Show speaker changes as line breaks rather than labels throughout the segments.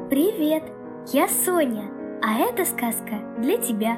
Привет, я Соня, а эта сказка для тебя.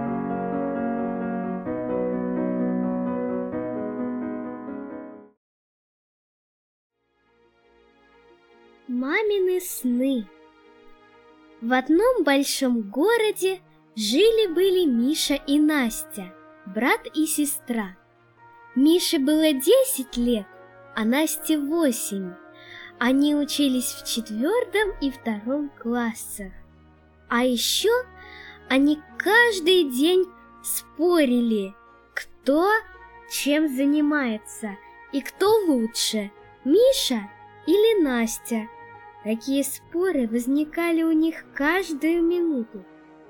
Мамины сны. В одном большом городе жили-были Миша и Настя, брат и сестра. Мише было 10 лет, а Насте 8. Они учились в 4 и 2 классах. А еще они каждый день спорили, кто чем занимается и кто лучше, Миша или Настя. Такие споры возникали у них каждую минуту.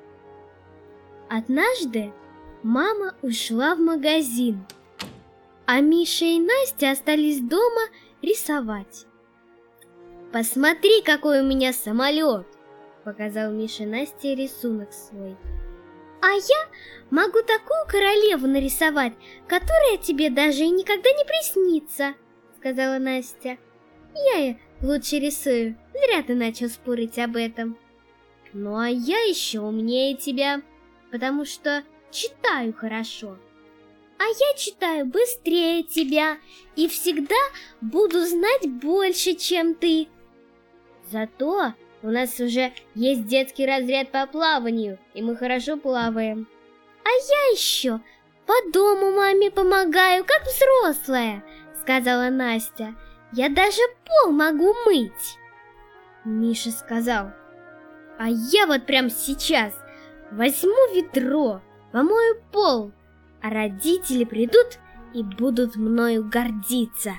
Однажды мама ушла в магазин, а Миша и Настя остались дома рисовать. «Посмотри, какой у меня самолет!» — показал Миша Насте рисунок свой. «А я могу такую королеву нарисовать, которая тебе даже и никогда не приснится!» — сказала Настя. «Я лучше рисую, зря ты начал спорить об этом. Ну а я еще умнее тебя, потому что читаю хорошо. А я читаю быстрее тебя и всегда буду знать больше, чем ты. Зато у нас уже есть детский разряд по плаванию, и мы хорошо плаваем. А я еще по дому маме помогаю, как взрослая», — сказала Настя. «Я даже пол могу мыть». Миша сказал: «А я вот прямо сейчас возьму ведро, помою пол, а родители придут и будут мною гордиться».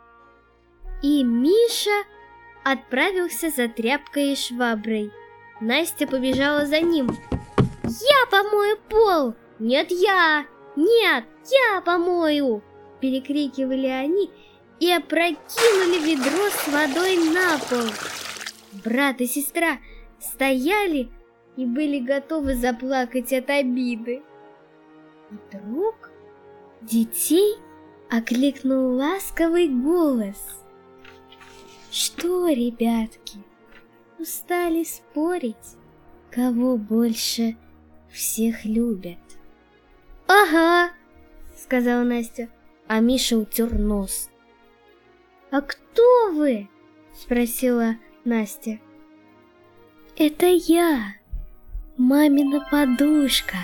И Миша отправился за тряпкой и шваброй. Настя побежала за ним. «Я помою пол!» «Нет, я!» «Нет, я помою!» Перекрикивали они и опрокинули ведро с водой на пол. Брат и сестра стояли и были готовы заплакать от обиды. Вдруг детей окликнул ласковый голос. «Что, ребятки, устали спорить, кого больше всех любят?» «Ага», — сказала Настя, а Миша утер нос. «А кто вы?» — спросила Настя. «Это я, мамина подушка.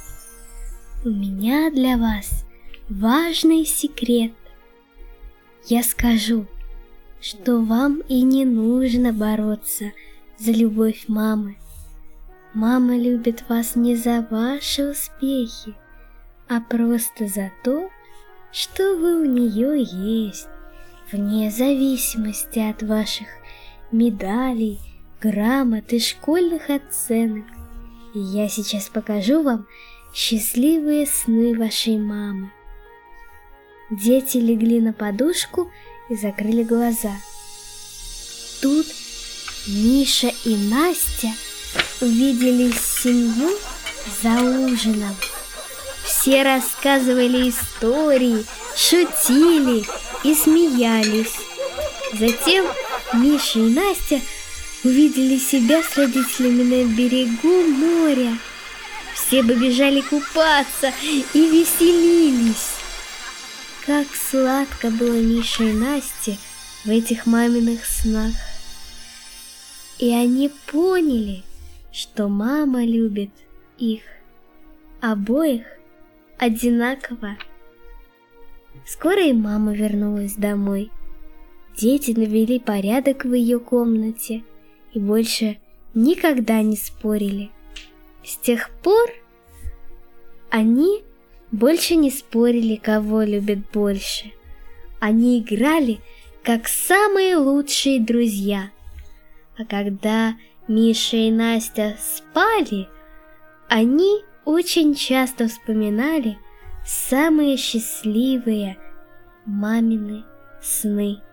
У меня для вас важный секрет. Я скажу, что вам и не нужно бороться за любовь мамы. Мама любит вас не за ваши успехи, а просто за то, что вы у нее есть, вне зависимости от ваших медалей, грамот и школьных оценок. И я сейчас покажу вам счастливые сны вашей мамы». Дети легли на подушку и закрыли глаза. Тут Миша и Настя увидели семью за ужином. Все рассказывали истории, шутили и смеялись. Затем Миша и Настя увидели себя с родителями на берегу моря. Все побежали купаться и веселились. Как сладко было Мише и Насте в этих маминых снах. И они поняли, что мама любит их обоих одинаково. Скоро и мама вернулась домой. Дети навели порядок в ее комнате и больше никогда не спорили. С тех пор они больше не спорили, кого любят больше. Они играли как самые лучшие друзья. А когда Миша и Настя спали, они очень часто вспоминали самые счастливые мамины сны.